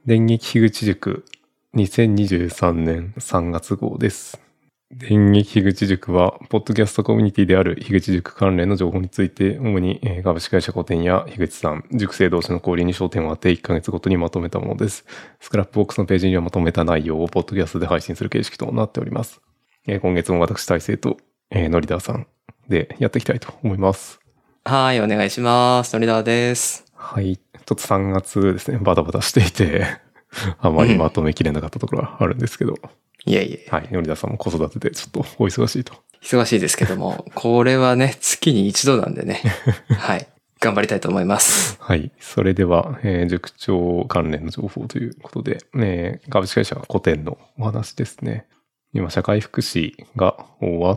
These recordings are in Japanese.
電撃樋口塾2023年3月号です。電撃樋口塾は、ポッドキャストコミュニティである樋口塾関連の情報について、主に株式会社古典や樋口さん、塾生同士の交流に焦点を当て、1ヶ月ごとにまとめたものです。スクラップボックスのページにはまとめた内容をポッドキャストで配信する形式となっております。今月も私大成と、ノリダーさんでやっていきたいと思います。 はい、お願いします。ノリダーです。 はい。ちょっと3月ですね、バタバタしていて、あまりまとめきれなかったところはあるんですけど。 いえいえ。 はい。ノリダーさんも子育てでちょっとお忙しいと。 忙しいですけども、これはね、月に一度なんでね。はい。頑張りたいと思います。 はい。それでは、塾長関連の情報ということで、株式会社古典のお話ですね。今、社会福祉が終わって、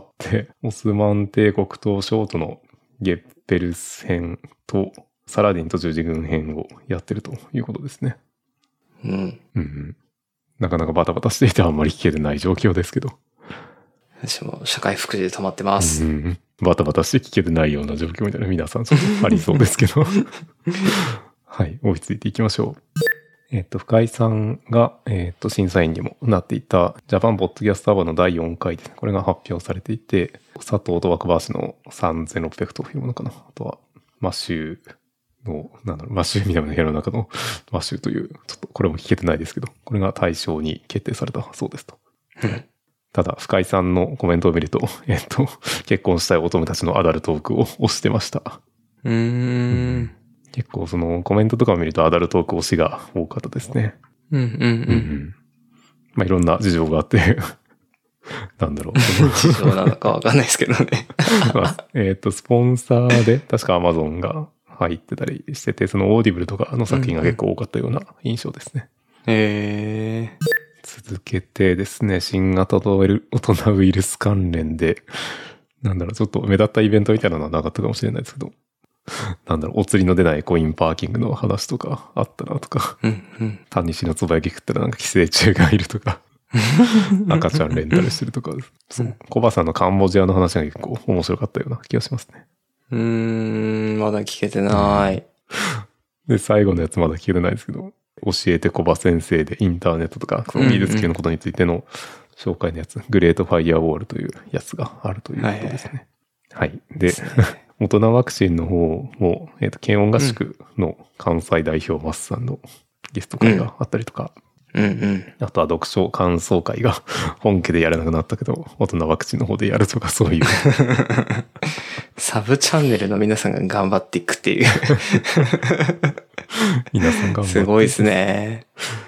オスマン帝国とショートのゲッペルス編とサラディンと十字軍編をやってるということですね。 うん。 うん。なかなかバタバタしていてあんまり聞けてない状況ですけど。 私も社会福祉で止まってます。 うん。バタバタして聞けてないような状況みたいな皆さんちょっとありそうですけど。はい。追いついていきましょう。深井さんが、審査員にもなっていたジャパンポッドキャストアワードの第4回ですね。これが発表されていて、佐藤と若林の3600というものかな。あとは、マシューの、マシューみたいな部屋の中のマシューという、ちょっとこれも聞けてないですけど、これが対象に決定されたそうですと。ただ、深井さんのコメントを見ると、結婚したい乙女たちのアダルトークを推してました。結構そのコメントとかを見るとアダルトーク推しが多かったですね。まあいろんな事情があって、なんだろう。 事情なのかわかんないですけどね。 スポンサーで確か Amazon が入ってたりしてて、そのオーディブルとかの作品が結構多かったような印象ですね。続けてですね、新型大人ウイルス関連で、ちょっと目立ったイベントみたいなのはなかったかもしれないですけど、お釣りの出ないコインパーキングの話とかあったなとか、タニシのつば焼き食ったら寄生虫がいるとか、赤ちゃんレンタルしてるとか、コバさんのカンボジアの話が結構面白かったような気がしますね。 まだ聞けてない。 で、最後のやつまだ聞けてないですけど、教えてコバ先生でインターネットとか、その技術系のことについての紹介のやつ、グレートファイアウォールというやつがあるということですね。はい。で、大人ワクチンの方も、検温合宿の関西代表マスさんのゲスト会があったりとか、あとは読書感想会が本家でやらなくなったけど、大人ワクチンの方でやるとかそういう。 サブチャンネルの皆さんが頑張っていくっていう。 皆さん頑張って。 すごいですね。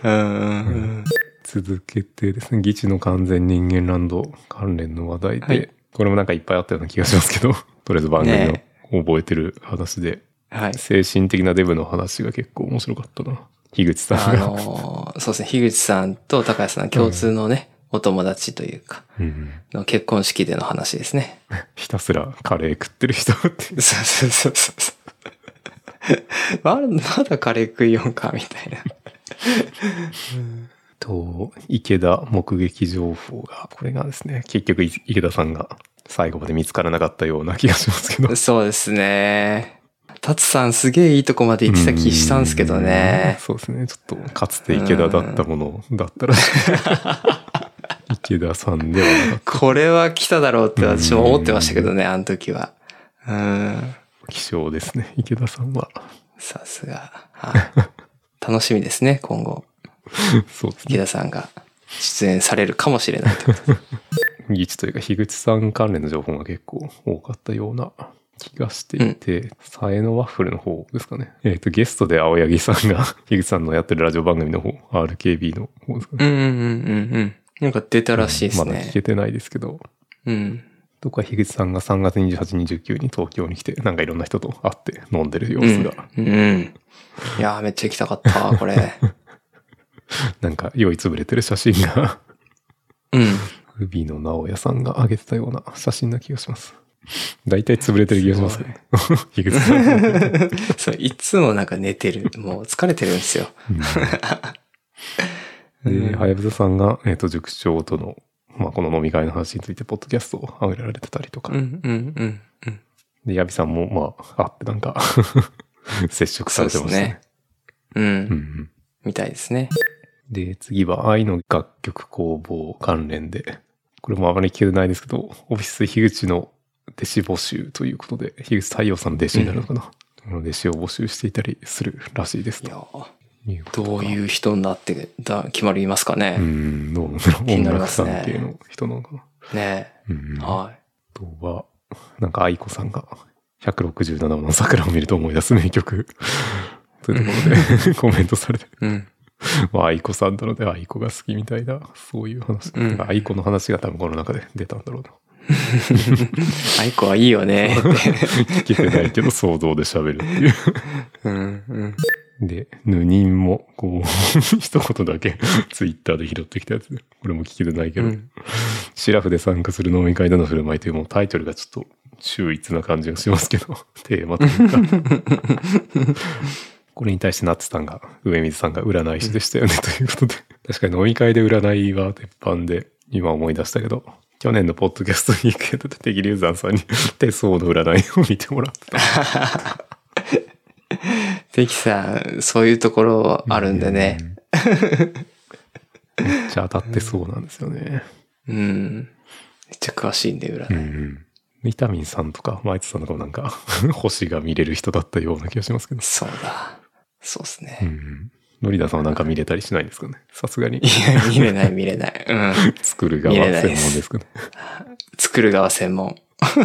続けてですね、議事の完全人間ランド関連の話題で、これもいっぱいあったような気がしますけど、とりあえず番組を覚えてる話で、精神的なデブの話が結構面白かったな。樋口さんが。 そうですね、樋口さんと高橋さん共通のね、お友達というか、の結婚式での話ですね。 ひたすらカレー食ってる人って。 そう。まだカレー食いよんか、みたいな。 池田目撃情報が、これがですね、結局池田さんが最後まで見つからなかったような気がしますけど。 そうですね。タツさんすげえいいとこまで行ってた気したんですけどね。 そうですね。ちょっとかつて池田だったものだったら、池田さんではなかった。 これは来ただろうって私も思ってましたけどね、あの時は。 希少ですね、池田さんは。 さすが。楽しみですね、今後。 そうですね。 池田さんが出演されるかもしれないってことで。 議事というか、樋口さん関連の情報が結構多かったような気がしていて、サエのワッフルの方ですかね。ゲストで青柳さんが、樋口さんのやってるラジオ番組の方、RKB の方ですかね。 なんか出たらしいですね。 まだ聞けてないですけど。とか、樋口さんが3月28、29に東京に来て、いろんな人と会って飲んでる様子が。 いやー、めっちゃ行きたかった、これ。 酔いつぶれてる写真が、海野直哉さんが上げてたような写真な気がします。大体潰れてる気がしますね。樋口さん。 そう、いつも寝てる。もう疲れてるんですよ。 で、はやぶささんが、塾長との、この飲み会の話について、ポッドキャストを上げられてたりとか。で、ヤビさんも、会って接触されてましたね。 みたいですね。 で、次は愛の楽曲工房関連で、これもあまり聞けてないですけど、オフィス樋口の弟子募集ということで、樋口太陽さんの弟子になるのかな、この弟子を募集していたりするらしいですいやと。 どういう人になって決まりますかね。 どうなんだろう。 気になり音楽ますね関係の人なのかな。 ねえ。はあとは、なんか愛子さんが167話の桜を見ると思い出す名曲というところでコメントされてる。 い。うん。 まあ愛子さんなので愛子が好きみたいな、そういう話。 うん愛子の話が多分この中で出たんだろうな。 愛子はいいよねって。 聞けてないけど想像で喋るっていう。 うんうんで、ヌニンも、こう、一言だけツイッターで拾ってきたやつで、これも聞けてないけど、シラフで参加する飲み会での振る舞いというもうタイトルがちょっと秀逸な感じがしますけど、テーマというか。これに対してナッツさんが、上水さんが占い師でしたよね、ということで。確かに飲み会で占いは鉄板で、今思い出したけど、去年のポッドキャストに行くけど、敵流山さんに手相の占いを見てもらってた。 テキさん、そういうところあるんでね。 めっちゃ当たってそうなんですよね。 めっちゃ詳しいんで、占い。 ビタミンさんとか、マイツさんとかもなんか、星が見れる人だったような気がしますけど。 そうだ。そうですね。 ノリダさんはなんか見れたりしないんですかね。さすがに。 いや、見れない。 作る側専門ですかね。 作る側専門。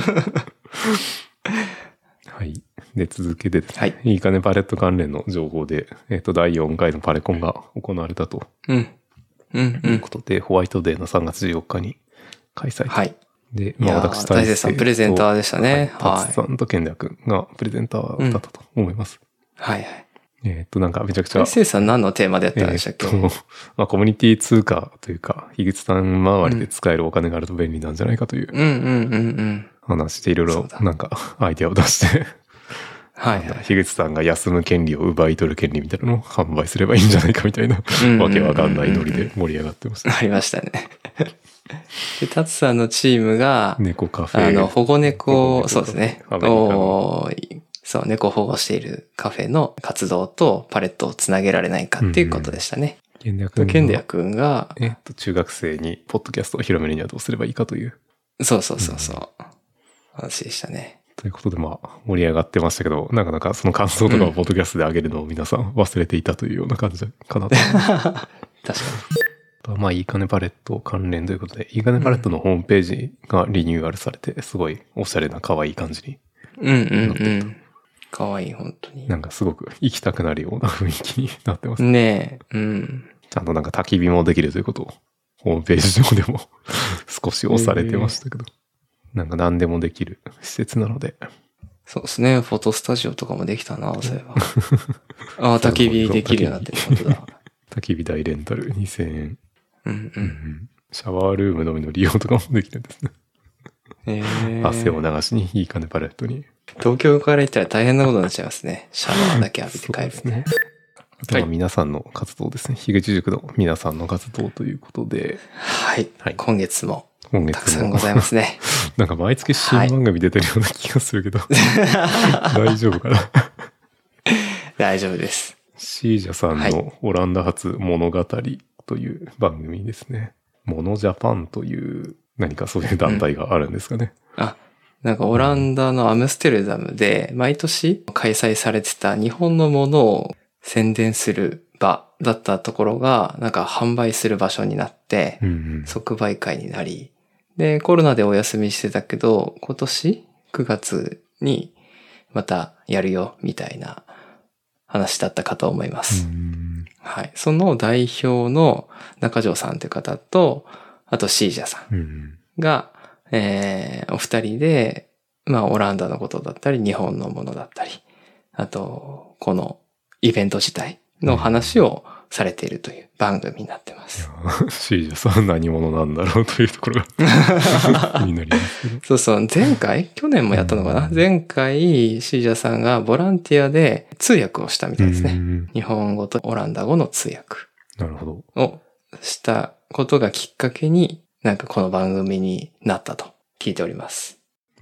はい。で、続けてですね。 はい。 いいかねパレット関連の情報で、第4回のパレコンが行われたと。ということで、ホワイトデーの3月14日に開催。 はい。 で、 まあ私、大勢さんプレゼンターでしたね。 はい。タツさんとケンダ君がプレゼンターだったと思います。 はいはい。 なんかめちゃくちゃ。 大勢さん何のテーマでやったんでしたっけ？ まあコミュニティ通貨というか、樋口さん周りで使えるお金があると便利なんじゃないかという話でいろいろなんかアイデアを出してはい。 樋口さんが休む権利を奪い取る権利みたいなのを販売すればいいんじゃないかみたいなわけわかんないノリで盛り上がってました。 ありましたね。で、タツさんのチームが、 猫カフェ。 保護猫、そうですね。そう、猫を保護しているカフェの活動とパレットをつなげられないかっていうことでしたね。ケンデア君が、 中学生にポッドキャストを広めるにはどうすればいいかという。 そう。話でしたね。 ということで、まあ、盛り上がってましたけど、なかなかその感想とかをポッドキャストで上げるのを皆さん忘れていたというような感じかなと。 確かに。まあ、いいかねパレット関連ということで、いいかねパレットのホームページがリニューアルされて、すごいおしゃれな可愛い感じになっていると。 可愛い、本当に。 なんかすごく行きたくなるような雰囲気になってますね。 ちゃんとなんか焚き火もできるということを、ホームページ上でも少し押されてましたけど、なんか何でもできる施設なので。 そうですね。フォトスタジオとかもできたな、そういえば。焚き火できるようになってる。本当だ。 焚き火代レンタル2000円。シャワールームのみの利用とかもできるんですね。汗を流しにいいかねパレットに。 東京から行ったら大変なことになっちゃいますね。シャワーだけ浴びて帰るみたいな。 あとは皆さんの活動ですね。樋口塾の皆さんの活動ということで。 はい。今月もたくさんございますね。 なんか毎月新番組出てるような気がするけど。大丈夫かな大丈夫です。 シージャさんのオランダ発物語という番組ですね。モノジャパンという何かそういう団体があるんですかね。 なんかオランダのアムステルダムで毎年開催されてた日本のものを宣伝する場だったところがなんか販売する場所になって即売会になり、でコロナでお休みしてたけど今年9月にまたやるよみたいな話だったかと思います。はい。その代表の中条さんという方と、あとシージャさんが、お二人で、まあ、オランダのことだったり、日本のものだったり、あと、このイベント自体の話をされているという番組になってます。 シージャさん何者なんだろうというところが気になりますけど。 そう、去年もやったのかな、前回、シージャさんがボランティアで通訳をしたみたいですね。日本語とオランダ語の通訳。 なるほど。 をしたことがきっかけに、なんかこの番組になったと聞いております。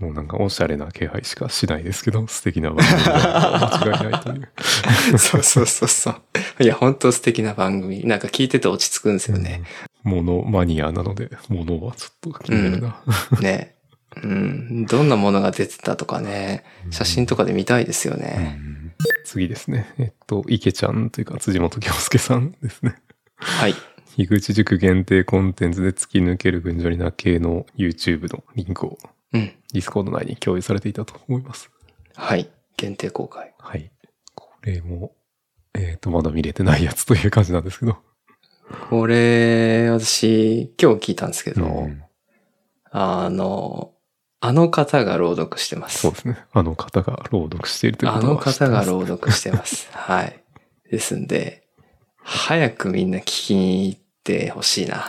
もうなんかおしゃれな気配しかしないですけど、素敵な番組が間違いないという。 そうそうそうそう。いや、本当素敵な番組。なんか聞いてて落ち着くんですよね。 モノマニアなので、モノはちょっと気になるな。 ね。うん。どんなものが出てたとかね、写真とかで見たいですよね。 次ですね。池ちゃんというか辻本京介さんですね。 はい。 樋口塾限定コンテンツで突き抜ける群青にな系の YouTube のリンクをディスコード内に共有されていたと思います。 はい。限定公開。 はい。これも、まだ見れてないやつという感じなんですけど。 これ、私、今日聞いたんですけど、あの方が朗読してます。 そうですね。あの方が朗読しているということはあの方が朗読してます。はい。ですんで、早くみんな聞きに行ってほしいな。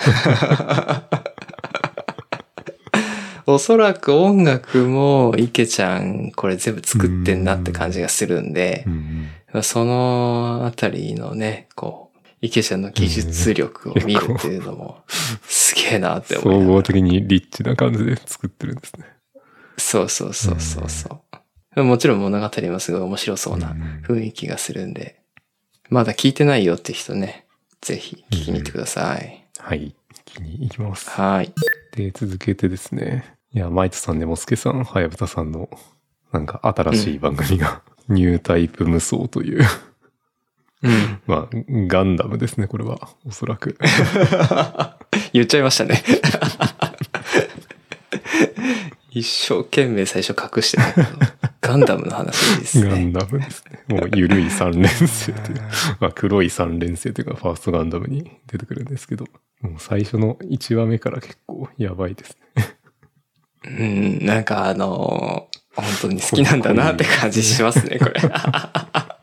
おそらく音楽も池ちゃんこれ全部作ってんなって感じがするんで、そのあたりのね、こう、池ちゃんの技術力を見るっていうのもすげえなって思う。 総合的にリッチな感じで作ってるんですね。 そうそうそうそうそう。もちろん物語もすごい面白そうな雰囲気がするんで、まだ聞いてないよって人ね、ぜひ聞きに行ってください。 はい。聞きに行きます。 はい。 で、続けてですね。いや、マイトさん、ネモスケさん、はやぶたさんの、なんか新しい番組が、ニュータイプ無双という。まあ、ガンダムですね、これは。おそらく。 言っちゃいましたね。一生懸命最初隠してたけど、ガンダムの話ですね。 ガンダムですね。もう緩い三連星という、まあ黒い三連星というかファーストガンダムに出てくるんですけど、もう最初の1話目から結構やばいですね。なんか本当に好きなんだなって感じしますね、これ。これは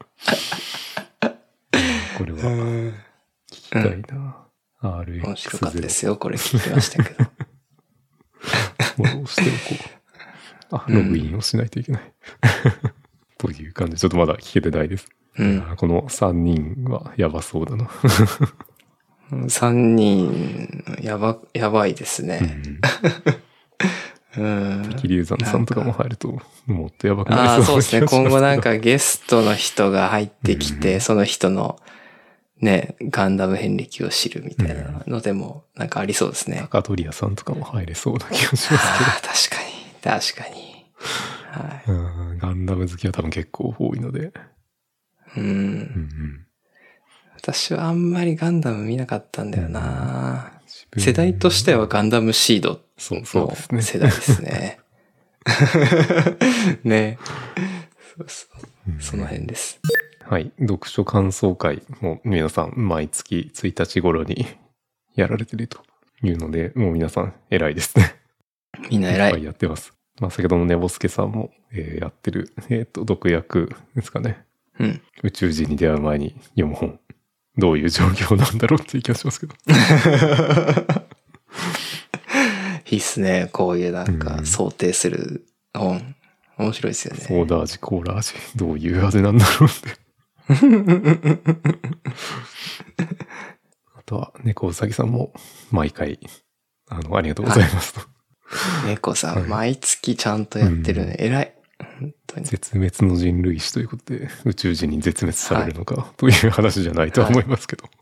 聞きたいな。RX0。 面白かったですよ、これ聞きましたけど。 フォローしておこう。ログインをしないといけない。という感じで、ちょっとまだ聞けてないです。この3人はやばそうだな。 3人、やばいですね。 敵流山さんとかも入ると、もっとやばくなりそうな気がします。 そうですね。今後なんかゲストの人が入ってきて、その人のね、ガンダム遍歴を知るみたいなのでも、なんかありそうですね。 高取屋さんとかも入れそうな気がしますけど。 確かに。 はい、ガンダム好きは多分結構多いので。 私はあんまりガンダム見なかったんだよな。世代としてはガンダムシードの世代ですね。ね。その辺です。 はい。読書感想会も皆さん毎月1日頃にやられてるというので、もう皆さん偉いですね。 みんな偉い。 いっぱいやってます。まあ、先ほどのネボスケさんも、やってる、毒薬ですかね。宇宙人に出会う前に読む本。どういう状況なんだろうっていう気がしますけど。 いいっすね。こういうなんか想定する本。面白いですよね。 ソーダ味、コーラ味。どういう味なんだろうって。あとは、猫うさぎさんも毎回、ありがとうございますと。 猫さん、毎月ちゃんとやってるね。偉い。本当に。 絶滅の人類史ということで、宇宙人に絶滅されるのか、という話じゃないとは思いますけど。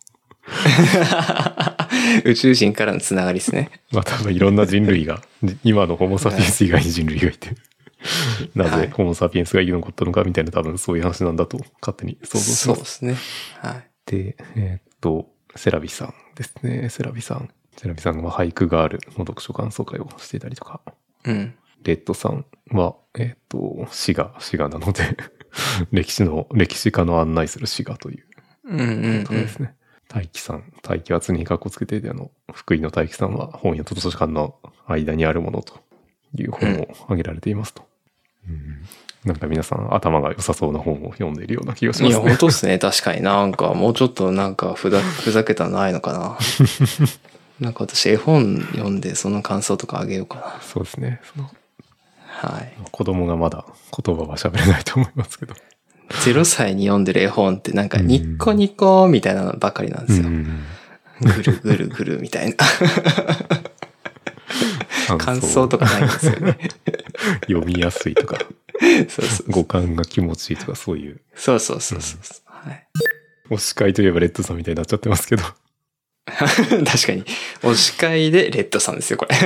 宇宙人からのつながりですね。 まあ多分いろんな人類が、今のホモサピエンス以外に人類がいて、なぜホモサピエンスが生き残ったのかみたいな多分そういう話なんだと勝手に想像します。 そうですね。はい。 で、セラビさんですね。セラビさんが俳句ガールの読書感想会をしていたりとか。レッドさんは、滋賀なので、歴史家の案内する滋賀ということですね。大輝さん、大輝は常にカッコつけていて、福井の大輝さんは本屋と図書館の間にあるものという本を挙げられていますと。なんか皆さん頭が良さそうな本を読んでいるような気がしますね。 いや、本当ですね。確かになんかもうちょっとなんかふざけたのないのかな。なんか私絵本読んでその感想とかあげようかな。 そうですね。 はい。 子供がまだ言葉は喋れないと思いますけど。 0歳に読んでる絵本ってなんかニッコニコみたいなのばっかりなんですよ。ぐるぐるぐるみたいな。 感想とかないんですよね。 読みやすいとか、 そうそう五感が気持ちいいとかそういう。 そうそうそうそう。はい。 推し会といえばレッドさんみたいになっちゃってますけど。 確かに。推し会でレッドさんですよ、これ。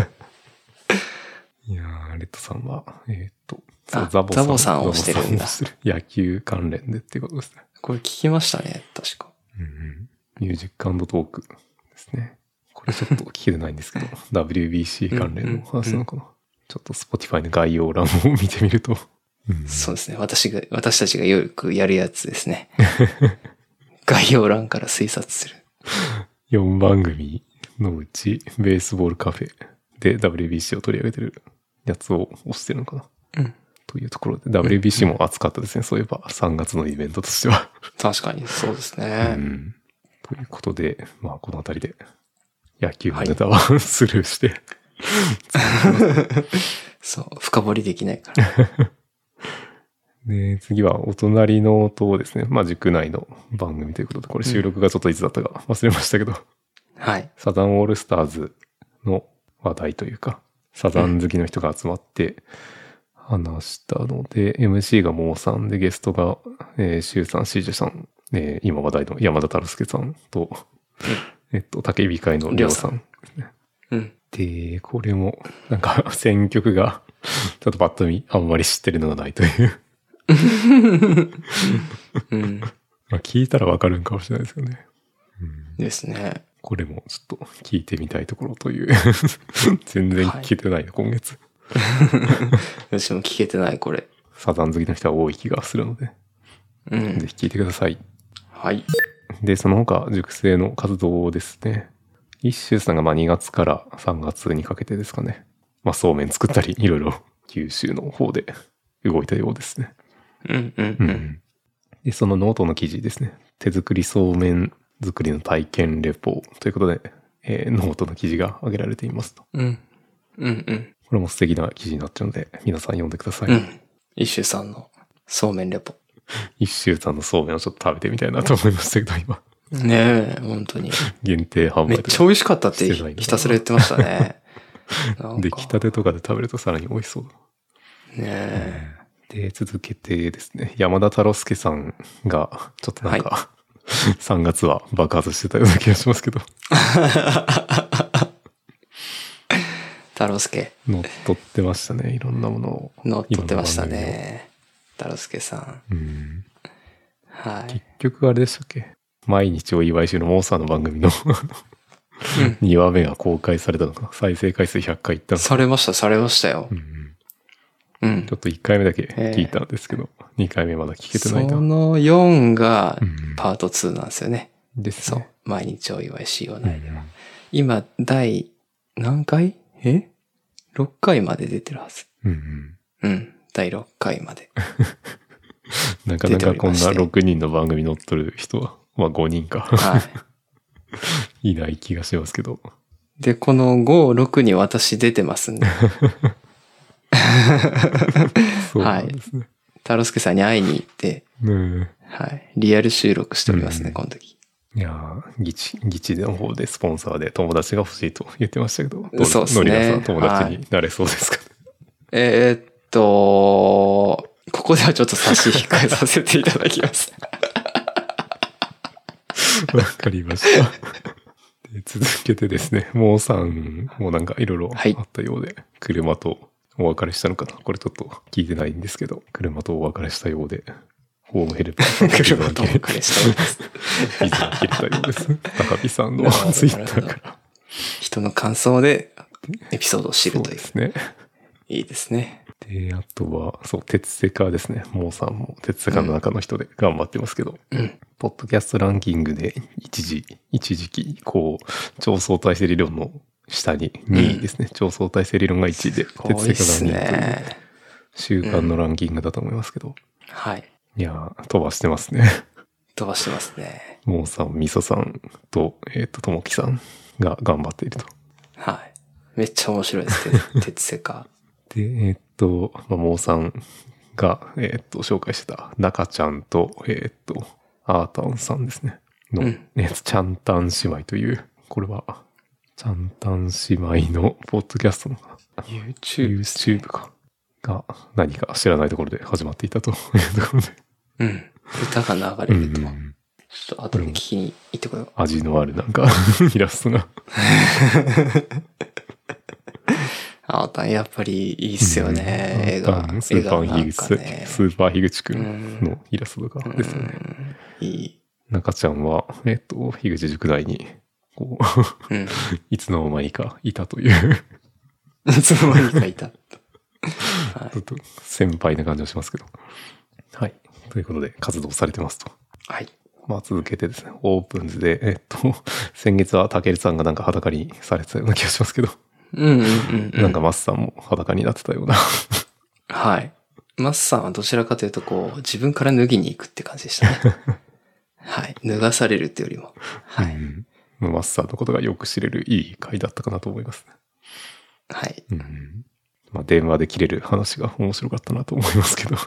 いやー、レッドさんは、 あザボさんをしてるんだ。 野球関連でっていうことですね。 これ聞きましたね、確か。 ミュージック&トークですね。これちょっと聞けてないんですけど、WBC 関連の話なのかな。ちょっと Spotify の概要欄を見てみると。 そうですね。私たちがよくやるやつですね。概要欄から推察する。 4番組のうち、ベースボールカフェで WBC を取り上げてるやつを押してるのかな。というところで、WBC も熱かったですね。そういえば、3月のイベントとしては。 確かに、そうですね。 ということで、まあ、このあたりで、野球のネタは、スルーして。 そう、深掘りできないから。 で、次は、お隣の音ですね。まあ、塾内の番組ということで、これ収録がちょっといつだったか忘れましたけど。 はい。 サザンオールスターズの話題というか、サザン好きの人が集まって話したので、MC がモーさんで、ゲストが、シュウさん、シージュさん、今話題の山田太郎介さんと、竹火会のりょうさんですね。で、これも、なんか、選曲が、ちょっとパッと見、あんまり知ってるのがないという。まあ聞いたらわかるんかもしれないですよね。 ですね。 これもちょっと聞いてみたいところという。全然聞けてないの、今月。 私も聞けてない、これ。 サザン好きの人は多い気がするので。ぜひ聞いてください。 はい。 で、その他、塾生の活動ですね。一周さんがまあ2月から3月にかけてですかね。まあそうめん作ったり、いろいろ九州の方で動いたようですね。で、そのノートの記事ですね。手作りそうめん作りの体験レポということで、ノートの記事が挙げられていますと。これも素敵な記事になっちゃうので、皆さん読んでください。 一周さんのそうめんレポ。 一周さんのそうめんをちょっと食べてみたいなと思いましたけど、今。 ねえ、本当に。 限定販売。 めっちゃ美味しかったってひたすら言ってましたね。 出来たてとかで食べるとさらに美味しそうだ。 ねえ。 で、続けてですね、山田太郎介さんが、ちょっとなんか、3月は爆発してたような気がしますけど。 太郎介。 乗っ取ってましたね、いろんなものを。 乗っ取ってましたね。太郎介さん。はい。 結局あれでしたっけ？毎日お祝いしのモーサーの番組の2話目が公開されたのか、再生回数100回いったのか。 されましたよ。 ちょっと1回目だけ聞いたんですけど、2回目まだ聞けてないと。 その4がパート2なんですよね。 ですね。 そう。毎日お祝いしようないでは。今、第何回？6回まで出てるはず。第6回まで。 なかなかこんな6人の番組乗っとる人は、まあ5人か。はい。いない気がしますけど。 で、この5、6に私出てますんで。 そうなんですね。 太郎介さんに会いに行って、はい。リアル収録しておりますね、この時。 いやー、ギチの方でスポンサーで友達が欲しいと言ってましたけど、 そうですね。 ノリナさん友達になれそうですか？ ここではちょっと差し控えさせていただきます。 わかりました。で続けてですね、モーさんもなんかいろいろあったようで、車とお別れしたのかな、これちょっと聞いてないんですけど、車とお別れしたようで、ホームヘルパーさん車とお別れしたようです。 ビザが切れたようです。高木さんのツイッターから。 人の感想でエピソードを知るという。 そうですね。 いいですね。 で、あとは、そう、鉄セカですね。モーさんも鉄セカの中の人で頑張ってますけど、ポッドキャストランキングで一時期、こう、超相対性理論の下に2位ですね。超相対性理論が1位で、鉄セカが2位という週間のランキングだと思いますけど。 はい。 いやー、飛ばしてますね。 飛ばしてますね。 モーさん、ミソさんと、ともきさんが頑張っていると。 はい。めっちゃ面白いです、鉄セカ。 で、モーさんが、紹介してた、中ちゃんと、アータンさんですね。の、チャンタン姉妹という、これは、 ちゃんたん姉妹のポッドキャストの YouTube ですね。 YouTube か。が何か知らないところで始まっていたというところで。 うん。歌が流れると。 うんちょっと後で聞きに行ってこよう。 味のあるなんかイラストが。 やっぱりいいっすよね。絵が。 スーパーなんかねスーパー樋口くんのイラストとかですよね。 いい。 中ちゃんは、樋口塾内に、こう、いつの間にかいたという。 いつの間にかいた。 ちょっと先輩な感じがしますけど。はい。ということで活動されてますと。 はい。 まあ続けてですね、オープンズで、先月はたけるさんがなんか裸にされてたような気がしますけど。なんかマスさんも裸になってたような。 はい。マスさんはどちらかというとこう、自分から脱ぎに行くって感じでしたね。はい。脱がされるってよりも。はい。 マスさんのことがよく知れるいい回だったかなと思いますね。 はい。 まあ電話で切れる話が面白かったなと思いますけど。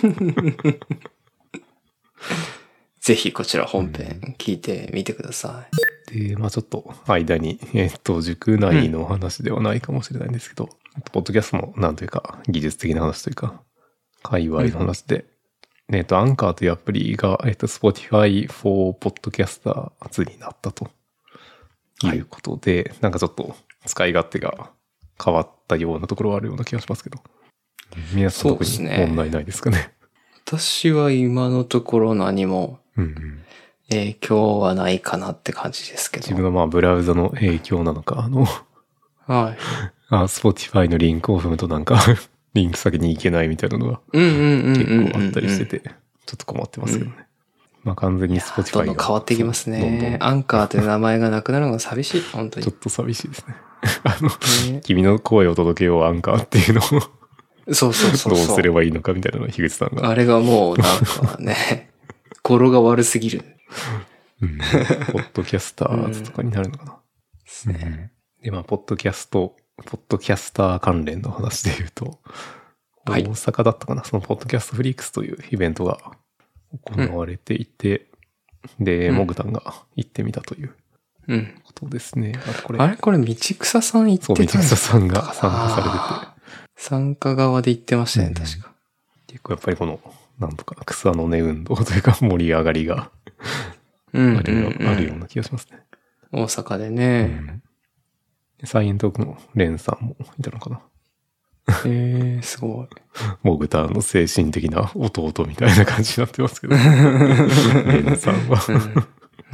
ぜひこちら本編聞いてみてください。で、まあちょっと間に、塾内の話ではないかもしれないんですけど、ポッドキャストのなんというか技術的な話というか、界隈の話で、アンカーというアプリが、Spotify for Podcasters になったということで、なんかちょっと使い勝手が変わったようなところはあるような気がしますけど、皆さん特に問題ないですかね。 私は今のところ何も影響はないかなって感じですけど。 自分はまあブラウザの影響なのか、 はい。 Spotify のリンクを踏むとなんか、リンク先に行けないみたいなのが結構あったりしてて、ちょっと困ってますけどね。まあ完全に Spotify が。 どんどん変わっていきますね。アンカーという名前がなくなるのが寂しい、本当に。 ちょっと寂しいですね。君の声を届けようアンカーっていうのをそう。 どうすればいいのかみたいなのを樋口さんが。 あれがもうなんかね、語呂が悪すぎる。 ポッドキャスターズとかになるのかな。 ですね。 で、まあ、ポッドキャスター関連の話で言うと、大阪だったかな、そのポッドキャストフリークスというイベントが行われていて、で、モグタンが行ってみたということですね。 あれこれ道草さん行ってたんですか？ そう、道草さんが参加されてて。 参加側で行ってましたね、確か。 結構やっぱりこの、なんとか草の根運動というか盛り上がりがあるような気がしますね。 大阪でね。 サイエントークのレンさんもいたのかな。 すごい。 モグタンの精神的な弟みたいな感じになってますけど。レンさんは。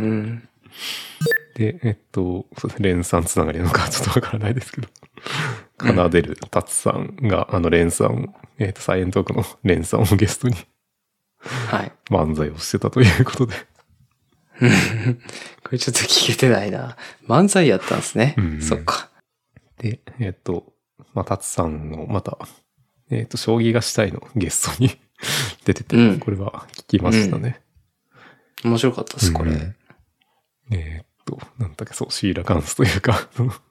で、レンさんつながりなのかちょっとわからないですけど。奏でるタツさんが、レンさん、サイエントークのレンさんをゲストに、漫才をしてたということで。 これちょっと聞けてないな。漫才やったんですね。そっか。 で、まあ、タツさんのまた、将棋がしたいのゲストに出てて、これは聞きましたね。 面白かったです、これ。 なんだっけ、そう、シーラカンスというか、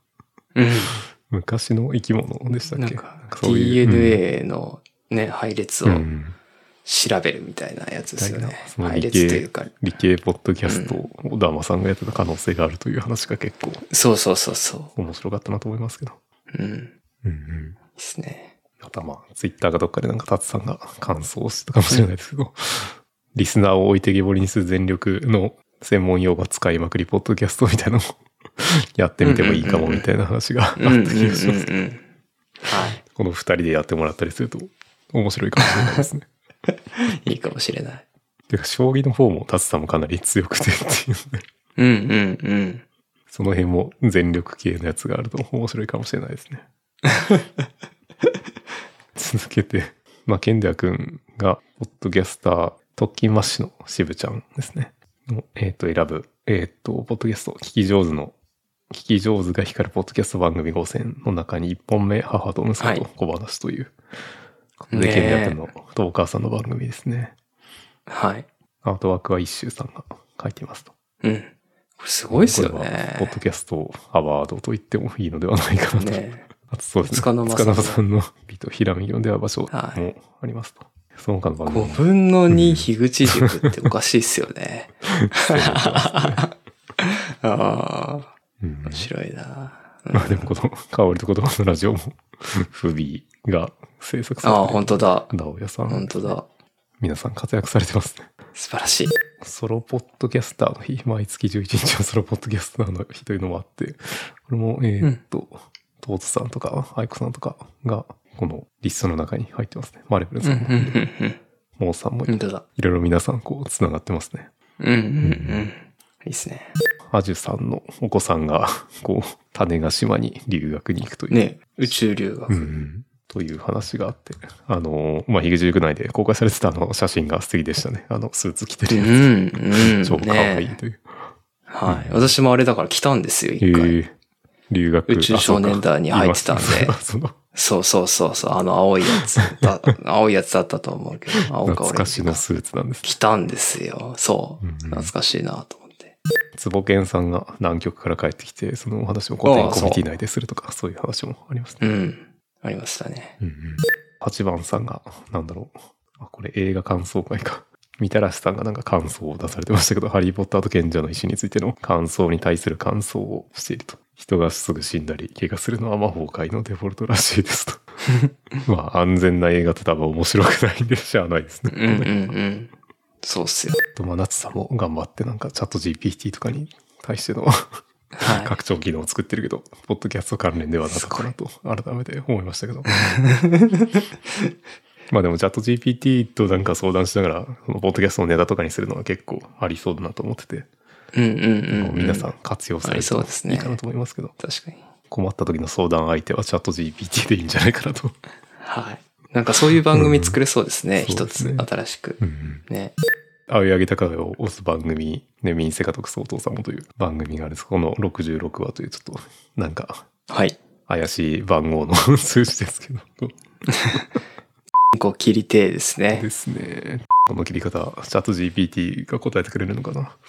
昔の生き物でしたっけ？ なんかそういう DNA のね、配列を調べるみたいなやつですよね。配列というか。 理系ポッドキャストをダーマさんがやってた可能性があるという話が結構。 そう。 面白かったなと思いますけど。 いいですね。 またまあ、ツイッターがどっかでなんかタツさんが感想をしてたかもしれないですけど、リスナーを置いてけぼりにする全力の専門用語使いまくりポッドキャストみたいなのをやってみてもいいかもみたいな話があった気がします。この二人でやってもらったりすると面白いかもしれないですね。 いいかもしれない。 てか、将棋の方もタツさんもかなり強くてっていうね。その辺も全力系のやつがあると面白いかもしれないですね。続けて、まあ、ケンデア君が、ポッドキャスター、特勤マッシュの渋ちゃんですね。の、選ぶ、ポッドキャスト、聞き上手が光るポッドキャスト番組5000の中に1本目、母と息子と小話という、で、ケンデア君のとお母さんの番組ですね。 はい。 アートワークは一周さんが書いていますと。 これすごいですよね。 ポッドキャストアワードと言ってもいいのではないかなと。あとそうですね。 塚野間さんの美とひらめきの出会う場所もありますと。その他の番組。 5分の2樋口塾っておかしいっすよね。面白いな。 まあでもこの、香りと言葉のラジオも、フビーが制作されてああ、本当だ。 ダオヤさん、 本当だ。 皆さん活躍されてますね。 素晴らしい。 ソロポッドキャスターの日、毎月11日はソロポッドキャスターの日というのもあって、これも、トートさんとか、アイコさんとかが、このリストの中に入ってますね。マレブルさんも、モーさんもいろいろ皆さんこう、繋がってますね。 いいっすね。 アジュさんのお子さんが、こう、種子島に留学に行くという。 ね、宇宙留学。 という話があって、まあ、ヒゲ塾内で公開されてた写真が素敵でしたね。スーツ着てるやつ。超可愛いという。 はい。私もあれだから来たんですよ、一回。 留学。 宇宙少年団に入ってたんで。そう。青いやつだったと思うけど。 懐かしのスーツなんです。 来たんですよ。そう。懐かしいなと思って。 坪健さんが南極から帰ってきて、そのお話を古典コミュニティ内でするとか、そういう話もありますね。 ありましたね。 8番さんが、なんだろう。これ映画感想会か。みたらしさんがなんか感想を出されてましたけど、ハリーポッターと賢者の石についての感想に対する感想をしていると。人がすぐ死んだり、怪我するのは魔法界のデフォルトらしいですと。まあ、安全な映画って多分面白くないんでしゃあないですね。 そうっすよ。 まあ、夏さんも頑張ってなんかチャット GPT とかに対しての拡張機能を作ってるけど、ポッドキャスト関連ではなかったなと改めて思いましたけど。まあでもチャット GPT となんか相談しながら、ポッドキャストのネタとかにするのは結構ありそうだなと思ってて。皆さん活用されるといいかなと思いますけど。 確かに。 困った時の相談相手はチャット GPT でいいんじゃないかなと。 はい。なんかそういう番組作れそうですね。一つ新しく。ね。 青柳高を押す番組、ね、民生家督総統さんもという番組があるんです。この66話というちょっと、なんか、怪しい番号の数字ですけど。 こう切り手ですね。 ですね。この切り方、チャット GPT が答えてくれるのかな。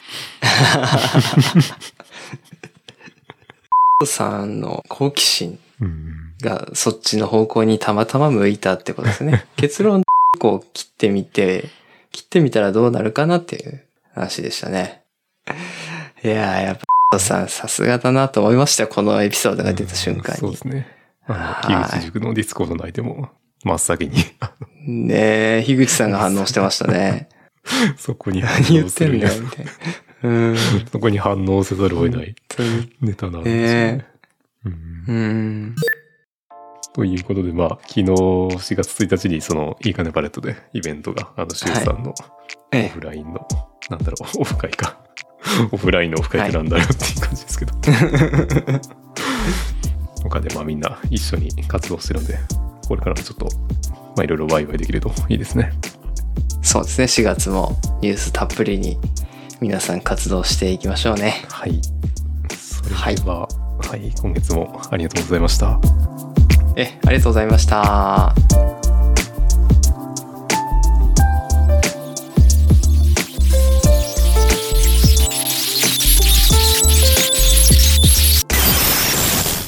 さんの好奇心がそっちの方向にたまたま向いたってことですね。結論こう切ってみたらどうなるかなっていう話でしたね。いやー、やっぱさんさすがだなと思いましたよ。このエピソードが出た瞬間に。 そうですね。樋口塾のディスコード内でも真っ先に。 ねえ、樋口さんが反応してましたね。 そこに何言ってんだよ、みたいな。 そこに反応せざるを得ないネタなんですね。ということで、まあ、昨日4月1日にそのいいかねパレットでイベントが、シュウさんのオフラインの、なんだろう、オフ会か。オフラインのオフ会ってなんだろうっていう感じですけど。他でまあみんな一緒に活動してるんで、これからもちょっと、まあいろいろワイワイできるといいですね。 そうですね、4月もニュースたっぷりに皆さん活動していきましょうね。 はい。それでは、はい、今月もありがとうございました。 ありがとうございました。